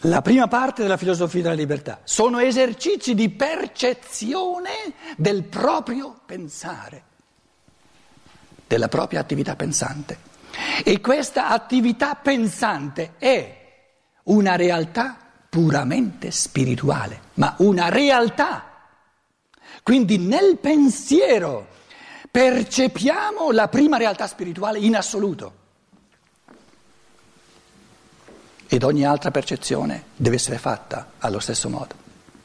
La prima parte della filosofia della libertà sono esercizi di percezione del proprio pensare, della propria attività pensante. E questa attività pensante è una realtà puramente spirituale, ma una realtà. Quindi nel pensiero percepiamo la prima realtà spirituale in assoluto. Ed ogni altra percezione deve essere fatta allo stesso modo.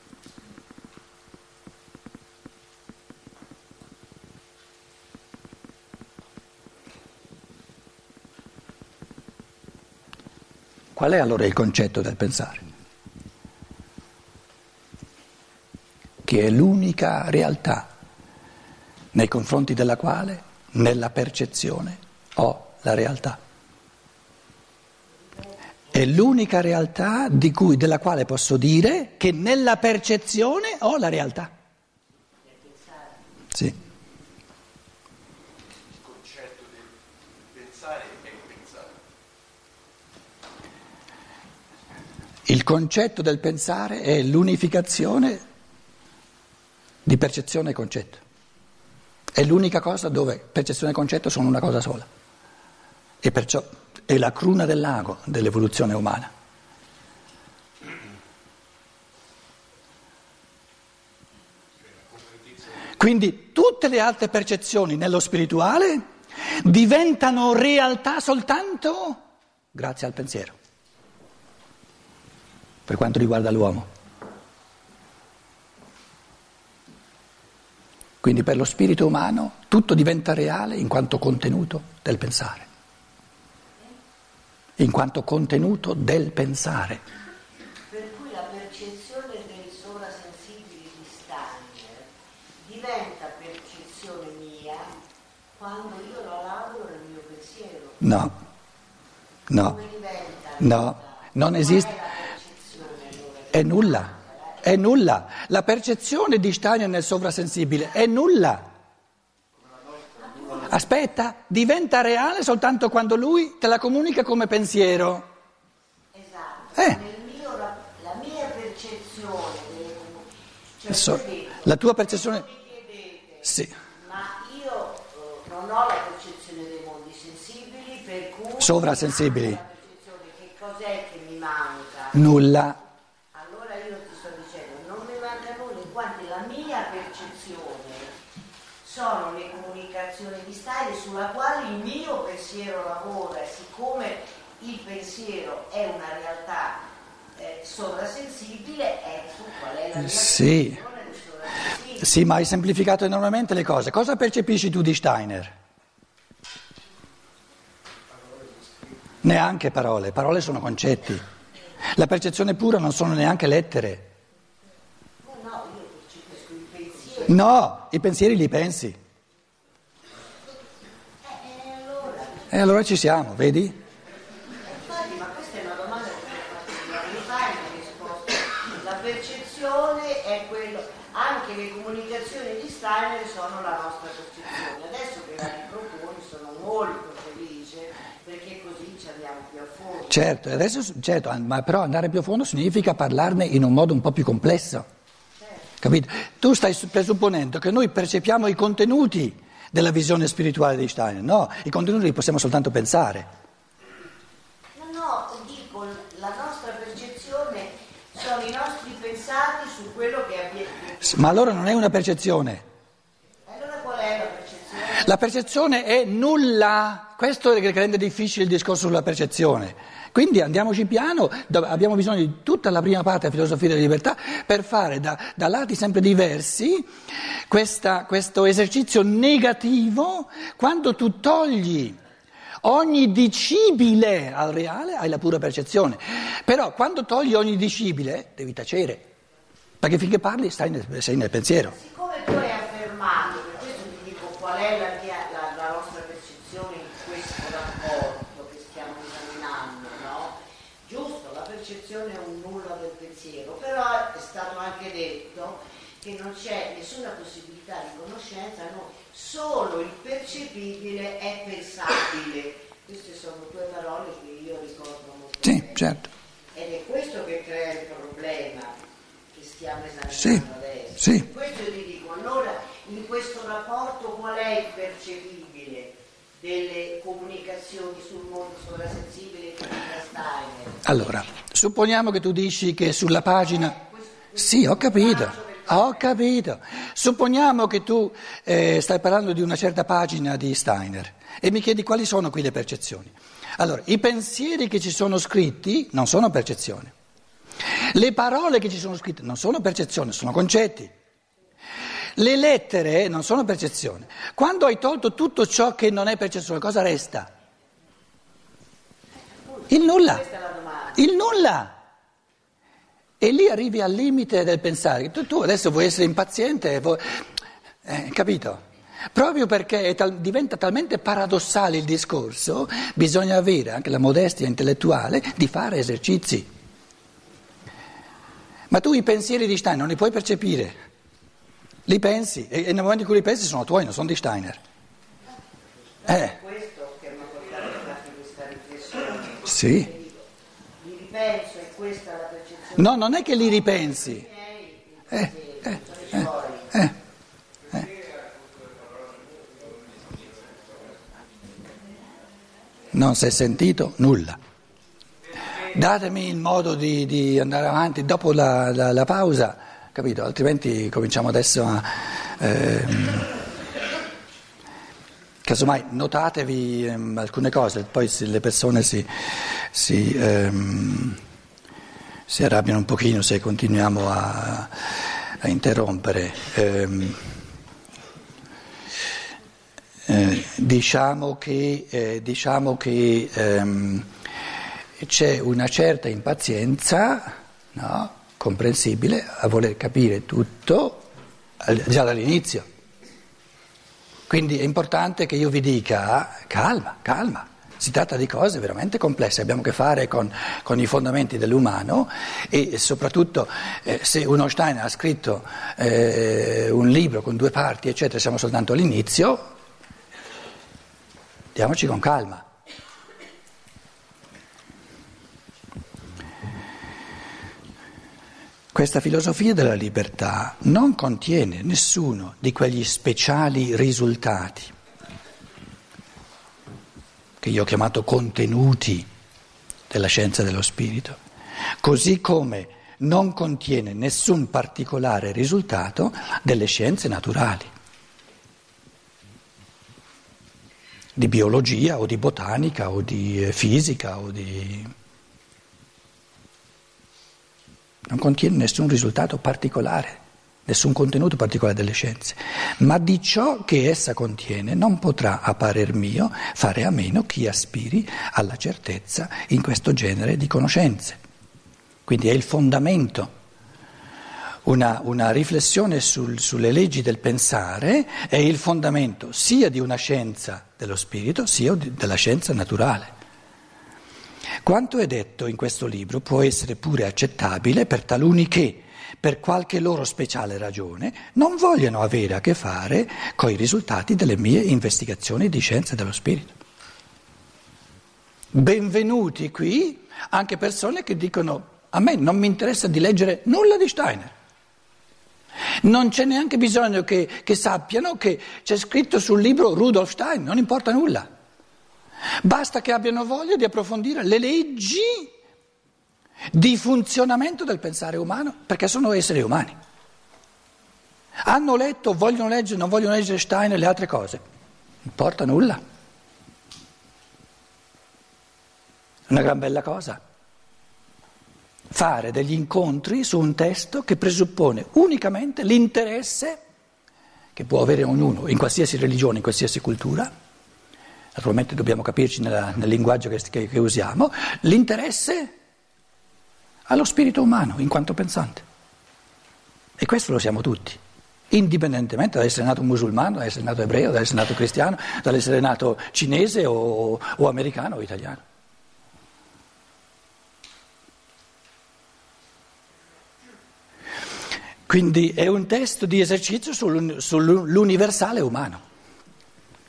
Qual è allora il concetto del pensare? Che è l'unica realtà nei confronti della quale, nella percezione, ho la realtà. È l'unica realtà della quale posso dire che nella percezione ho la realtà. Sì. Il concetto del pensare è pensare. Il concetto del pensare è l'unificazione di percezione e concetto. È l'unica cosa dove percezione e concetto sono una cosa sola. E perciò è la cruna del lago dell'evoluzione umana. Quindi tutte le altre percezioni nello spirituale diventano realtà soltanto grazie al pensiero, per quanto riguarda l'uomo. Quindi per lo spirito umano tutto diventa reale in quanto contenuto del pensare. In quanto contenuto del pensare. Per cui la percezione dei sovrasensibili di Steiner diventa percezione mia quando io la lavoro nel mio pensiero. No, Come diventa? no, non esiste. Qual è la percezione allora? È nulla, è nulla. La percezione di Steiner nel sovrasensibile è nulla. Aspetta, diventa reale soltanto quando lui te la comunica come pensiero. Esatto, la mia percezione La tua percezione... mi chiedete, Sì. ma io non ho la percezione dei mondi sensibili, per cui Sovrasensibili. la percezione, che cos'è che mi manca? Nulla. Allora io ti sto dicendo, non mi manca nulla, in quanto la mia percezione sono le comunicazioni di Steiner sulla quale il mio pensiero lavora, e siccome il pensiero è una realtà sovrasensibile, ecco qual è la mia Sì. percezione del sovrasensibile. Sì, ma hai semplificato enormemente le cose. Cosa percepisci tu di Steiner? Neanche parole, parole sono concetti. La percezione pura non sono neanche lettere. No, io percepisco il pensiero. No, i pensieri li pensi. Allora, E allora ci siamo, vedi? infatti, ma questa è una domanda che mi fai una risposta. La percezione è quello, anche le comunicazioni di Steiner sono la nostra percezione. Adesso che la riproponi sono molto felice perché così ci andiamo più a fondo. Certo, certo, ma però andare più a fondo significa parlarne in un modo un po' più complesso. Capito? Tu stai presupponendo che noi percepiamo i contenuti della visione spirituale di Steiner. No, i contenuti li possiamo soltanto pensare. No, dico, la nostra percezione sono i nostri pensati su quello che abbiamo. Ma allora non è una percezione. Allora qual è la percezione? La percezione è nulla. Questo è che rende difficile il discorso sulla percezione. Quindi andiamoci piano, abbiamo bisogno di tutta la prima parte della filosofia della libertà per fare da lati sempre diversi questo esercizio negativo. Quando tu togli ogni dicibile al reale hai la pura percezione, però quando togli ogni dicibile devi tacere, perché finché parli sei nel pensiero. Siccome tu hai affermato, per questo ti dico qual è la nostra percezione in questo rapporto che stiamo esaminando, no? Giusto, la percezione è un nulla del pensiero, però è stato anche detto che non c'è nessuna possibilità di conoscenza, no? Solo il percepibile è pensabile. Queste sono due parole che io ricordo molto Sì, bene. certo. Ed è questo che Sì, adesso. sì. Questo io ti dico, allora in questo rapporto qual è il percepibile delle comunicazioni sul mondo sovrasensibile di Steiner? Allora, supponiamo che tu dici che sulla pagina... Sì, ho capito. Supponiamo che tu stai parlando di una certa pagina di Steiner e mi chiedi quali sono qui le percezioni. Allora, i pensieri che ci sono scritti non sono percezioni. Le parole che ci sono scritte non sono percezioni, sono concetti. Le lettere non sono percezione. Quando hai tolto tutto ciò che non è percezione, cosa resta? Il nulla. Questa è la domanda. Il nulla. E lì arrivi al limite del pensare. Tu adesso vuoi essere impaziente, capito? Proprio perché diventa talmente paradossale il discorso, bisogna avere anche la modestia intellettuale di fare esercizi. Ma tu i pensieri di Steiner non li puoi percepire, li pensi e nel momento in cui li pensi sono tuoi, non sono di Steiner. È questo che mi ha portato a farti questa riflessione. Sì. Li ripenso e questa è la percezione. No, non è che li ripensi. Non si è sentito nulla. Datemi il modo di andare avanti dopo la pausa, capito? Altrimenti cominciamo adesso a... casomai notatevi alcune cose, poi se le persone si arrabbiano un pochino se continuiamo a interrompere. Diciamo che c'è una certa impazienza, no, comprensibile, a voler capire tutto già dall'inizio. Quindi è importante che io vi dica calma. Si tratta di cose veramente complesse, abbiamo a che fare con i fondamenti dell'umano e soprattutto se uno Steiner ha scritto un libro con 2 parti, eccetera, siamo soltanto all'inizio, diamoci con calma. Questa filosofia della libertà non contiene nessuno di quegli speciali risultati che io ho chiamato contenuti della scienza dello spirito, così come non contiene nessun particolare risultato delle scienze naturali, di biologia o di botanica o di fisica o di... non contiene nessun risultato particolare, nessun contenuto particolare delle scienze, ma di ciò che essa contiene non potrà, a parer mio, fare a meno chi aspiri alla certezza in questo genere di conoscenze. Quindi è il fondamento, una riflessione sulle leggi del pensare è il fondamento sia di una scienza dello spirito sia della scienza naturale. Quanto è detto in questo libro può essere pure accettabile per taluni che, per qualche loro speciale ragione, non vogliono avere a che fare con i risultati delle mie investigazioni di scienza dello spirito. Benvenuti qui anche persone che dicono: a me non mi interessa di leggere nulla di Steiner. Non c'è neanche bisogno che sappiano che c'è scritto sul libro Rudolf Steiner, non importa nulla. Basta che abbiano voglia di approfondire le leggi di funzionamento del pensare umano, perché sono esseri umani. Hanno letto, vogliono leggere, non vogliono leggere Steiner e le altre cose. Non importa nulla. Una gran bella cosa. Fare degli incontri su un testo che presuppone unicamente l'interesse che può avere ognuno in qualsiasi religione, in qualsiasi cultura. Naturalmente dobbiamo capirci nel linguaggio che usiamo, l'interesse allo spirito umano in quanto pensante. E questo lo siamo tutti, indipendentemente dall'essere nato musulmano, dall'essere nato ebreo, dall'essere nato cristiano, dall'essere nato cinese o americano o italiano. Quindi è un testo di esercizio sull'universale umano,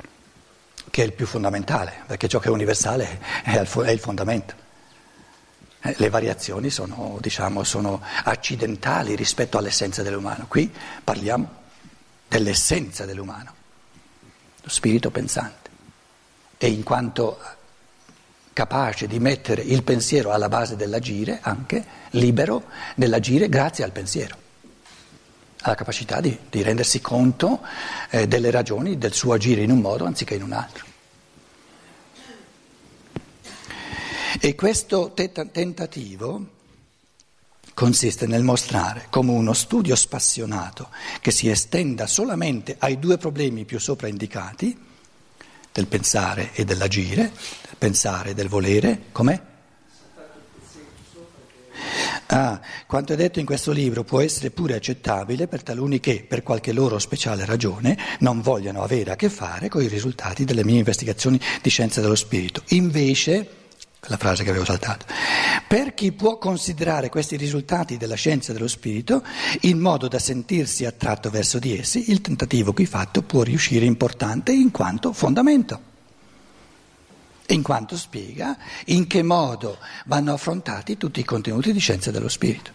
che è il più fondamentale, perché ciò che è universale è il fondamento. Le variazioni sono, sono accidentali rispetto all'essenza dell'umano. Qui parliamo dell'essenza dell'umano, lo spirito pensante. E in quanto capace di mettere il pensiero alla base dell'agire, anche libero nell'agire grazie al pensiero, alla capacità di rendersi conto delle ragioni del suo agire in un modo anziché in un altro. E questo tentativo consiste nel mostrare come uno studio spassionato che si estenda solamente ai due problemi più sopra indicati, del pensare e dell'agire, del pensare e del volere, com'è? Quanto è detto in questo libro può essere pure accettabile per taluni che, per qualche loro speciale ragione, non vogliano avere a che fare con i risultati delle mie investigazioni di scienza dello spirito. Invece, la frase che avevo saltato, per chi può considerare questi risultati della scienza dello spirito in modo da sentirsi attratto verso di essi, il tentativo qui fatto può riuscire importante in quanto fondamento, in quanto spiega in che modo vanno affrontati tutti i contenuti di scienza dello spirito.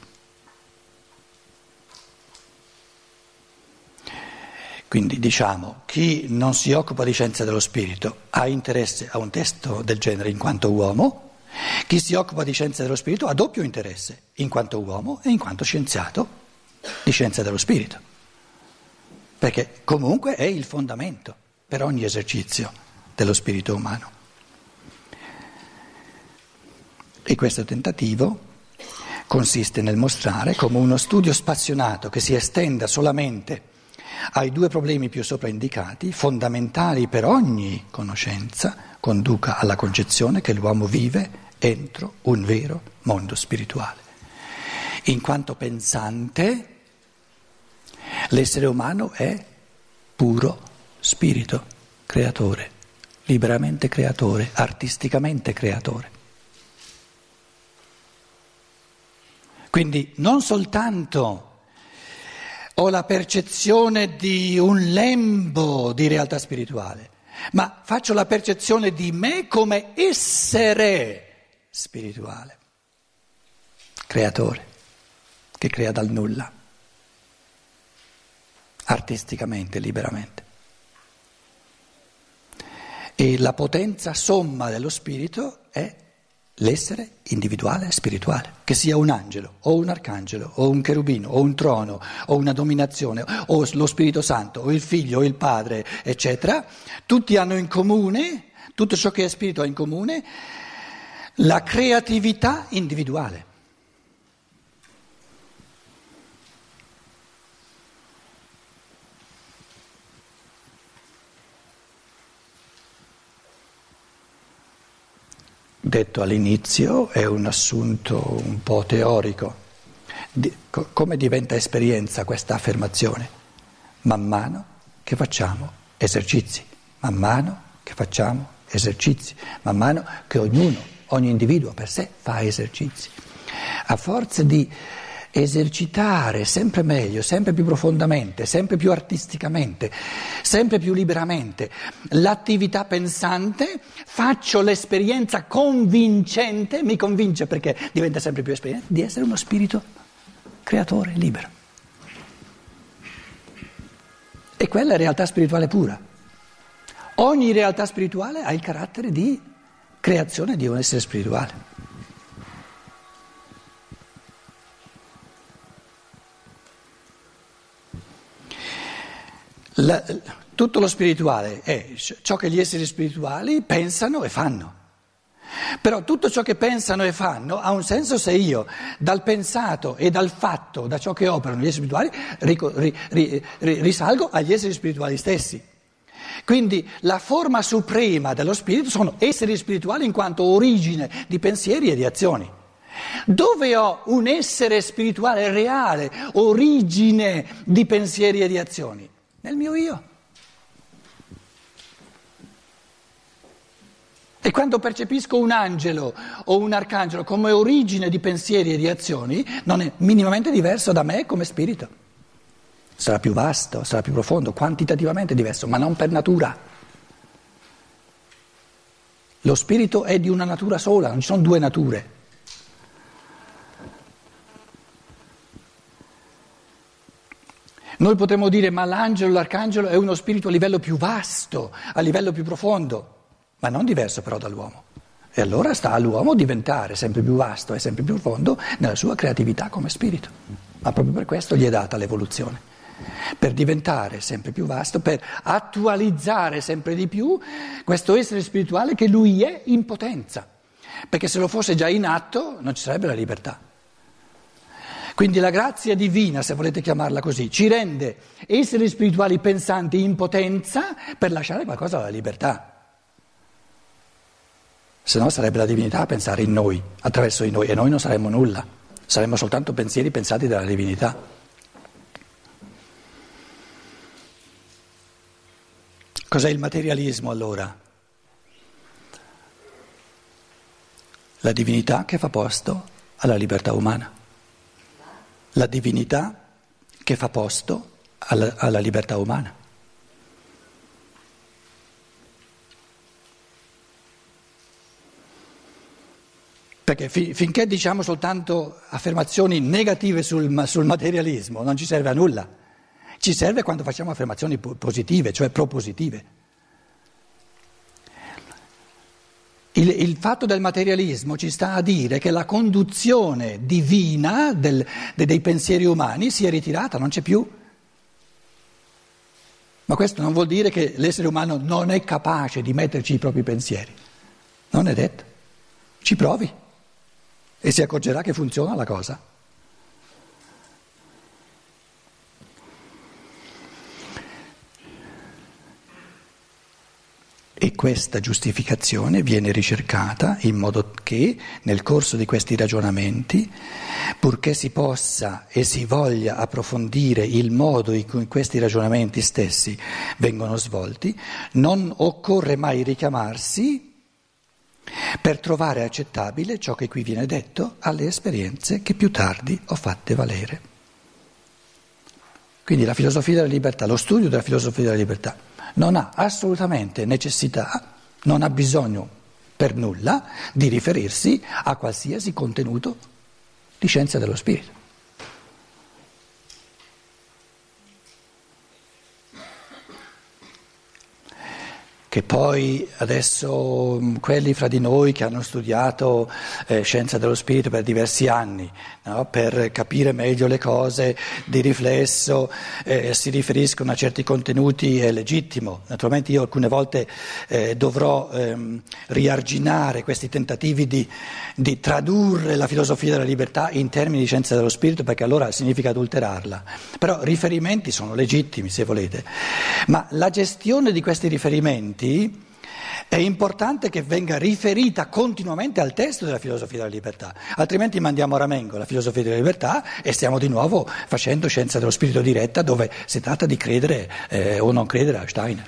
Quindi chi non si occupa di scienza dello spirito ha interesse a un testo del genere in quanto uomo, chi si occupa di scienza dello spirito ha doppio interesse in quanto uomo e in quanto scienziato di scienza dello spirito, perché comunque è il fondamento per ogni esercizio dello spirito umano. E questo tentativo consiste nel mostrare come uno studio spassionato che si estenda solamente ai due problemi più sopra indicati, fondamentali per ogni conoscenza, conduca alla concezione che l'uomo vive entro un vero mondo spirituale. In quanto pensante, l'essere umano è puro spirito, creatore, liberamente creatore, artisticamente creatore. Quindi non soltanto ho la percezione di un lembo di realtà spirituale, ma faccio la percezione di me come essere spirituale, creatore, che crea dal nulla, artisticamente, liberamente. E la potenza somma dello spirito è l'essere individuale e spirituale, che sia un angelo o un arcangelo o un cherubino o un trono o una dominazione o lo Spirito Santo o il Figlio o il Padre, eccetera, tutti hanno in comune, tutto ciò che è spirito ha in comune, la creatività individuale. Detto all'inizio è un assunto un po' teorico. Come diventa esperienza questa affermazione? Man mano che facciamo esercizi, man mano che facciamo esercizi, man mano che ogni individuo per sé fa esercizi. A forza di esercitare sempre meglio, sempre più profondamente, sempre più artisticamente, sempre più liberamente l'attività pensante, faccio l'esperienza convincente, mi convince perché diventa sempre più esperiente, di essere uno spirito creatore libero. E quella è realtà spirituale pura. Ogni realtà spirituale ha il carattere di creazione di un essere spirituale. Tutto lo spirituale è ciò che gli esseri spirituali pensano e fanno. Però tutto ciò che pensano e fanno ha un senso se io dal pensato e dal fatto, da ciò che operano gli esseri spirituali, risalgo agli esseri spirituali stessi. Quindi la forma suprema dello spirito sono esseri spirituali in quanto origine di pensieri e di azioni. Dove ho un essere spirituale reale, origine di pensieri e di azioni? Nel mio io. E quando percepisco un angelo o un arcangelo come origine di pensieri e di azioni, non è minimamente diverso da me come spirito. Sarà più vasto, sarà più profondo, quantitativamente diverso, ma non per natura. Lo spirito è di una natura sola, non ci sono due nature. Noi potremmo dire ma l'angelo, l'arcangelo è uno spirito a livello più vasto, a livello più profondo, ma non diverso però dall'uomo. E allora sta all'uomo diventare sempre più vasto e sempre più profondo nella sua creatività come spirito. Ma proprio per questo gli è data l'evoluzione, per diventare sempre più vasto, per attualizzare sempre di più questo essere spirituale che lui è in potenza. Perché se lo fosse già in atto non ci sarebbe la libertà. Quindi la grazia divina, se volete chiamarla così, ci rende esseri spirituali pensanti in potenza per lasciare qualcosa alla libertà. Se no sarebbe la divinità a pensare in noi, attraverso di noi, e noi non saremmo nulla, saremmo soltanto pensieri pensati dalla divinità. Cos'è il materialismo allora? La divinità che fa posto alla libertà umana. La divinità che fa posto alla libertà umana. Perché finché diciamo soltanto affermazioni negative sul materialismo non ci serve a nulla. Ci serve quando facciamo affermazioni positive, cioè propositive. Il fatto del materialismo ci sta a dire che la conduzione divina dei pensieri umani si è ritirata, non c'è più. Ma questo non vuol dire che l'essere umano non è capace di metterci i propri pensieri. Non è detto. Ci provi e si accorgerà che funziona la cosa. E questa giustificazione viene ricercata in modo che nel corso di questi ragionamenti, purché si possa e si voglia approfondire il modo in cui questi ragionamenti stessi vengono svolti, non occorre mai richiamarsi per trovare accettabile ciò che qui viene detto alle esperienze che più tardi ho fatte valere. Quindi la filosofia della libertà, lo studio della filosofia della libertà non ha assolutamente necessità, non ha bisogno per nulla di riferirsi a qualsiasi contenuto di scienza dello spirito. Che poi adesso quelli fra di noi che hanno studiato scienza dello spirito per diversi anni, no? Per capire meglio le cose di riflesso si riferiscono a certi contenuti, è legittimo. Naturalmente io alcune volte dovrò riarginare questi tentativi di tradurre la filosofia della libertà in termini di scienza dello spirito, perché allora significa adulterarla. Però riferimenti sono legittimi, se volete. Ma la gestione di questi riferimenti è importante che venga riferita continuamente al testo della filosofia della libertà, altrimenti mandiamo a ramengo la filosofia della libertà e stiamo di nuovo facendo scienza dello spirito diretta, dove si tratta di credere o non credere a Steiner.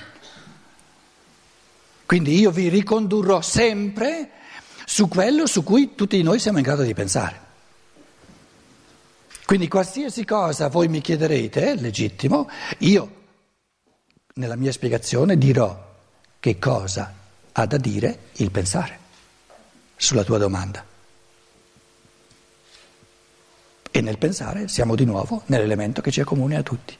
Quindi io vi ricondurrò sempre su quello su cui tutti noi siamo in grado di pensare. Quindi qualsiasi cosa voi mi chiederete, è legittimo, io nella mia spiegazione dirò che cosa ha da dire il pensare sulla tua domanda. E nel pensare siamo di nuovo nell'elemento che ci accomuna a tutti.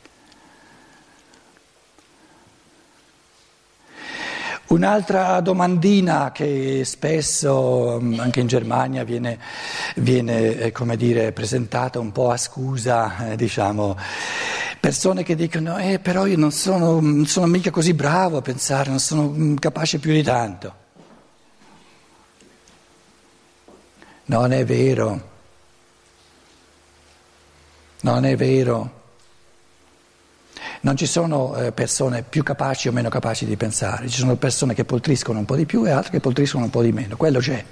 Un'altra domandina che spesso anche in Germania viene come dire, presentata un po' a scusa, diciamo, persone che dicono però io non sono mica così bravo a pensare, non sono capace più di tanto. Non è vero. Non è vero. Non ci sono persone più capaci o meno capaci di pensare, ci sono persone che poltriscono un po' di più e altre che poltriscono un po' di meno, quello c'è.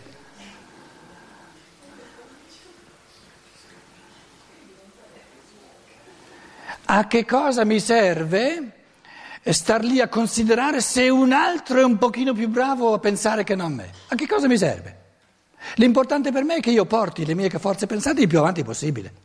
A che cosa mi serve star lì a considerare se un altro è un pochino più bravo a pensare che non me? A che cosa mi serve? L'importante per me è che io porti le mie forze pensanti il più avanti possibile.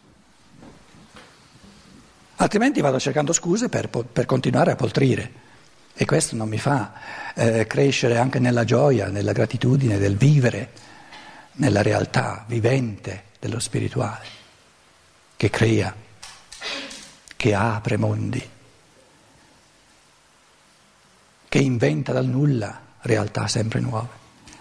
Altrimenti vado cercando scuse per continuare a poltrire e questo non mi fa crescere anche nella gioia, nella gratitudine del vivere, nella realtà vivente dello spirituale che crea che apre mondi, che inventa dal nulla realtà sempre nuove.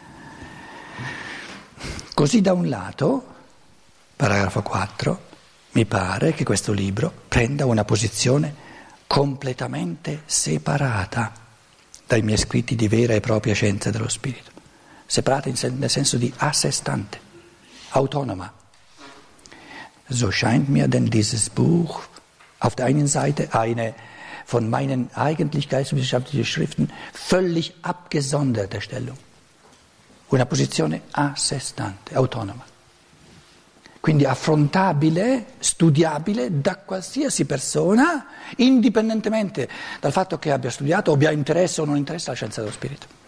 Così da un lato, paragrafo 4, mi pare che questo libro prenda una posizione completamente separata dai miei scritti di vera e propria scienza dello spirito, separata nel senso di a sé stante, autonoma. So scheint mir denn dieses Buch auf der einen Seite eine von meinen eigentlich geisteswissenschaftlichen Schriften völlig abgesonderte Stellung, una posizione a sé stante, autonoma, quindi affrontabile, studiabile da qualsiasi persona, indipendentemente dal fatto che abbia studiato o abbia interesse o non interesse alla scienza dello spirito.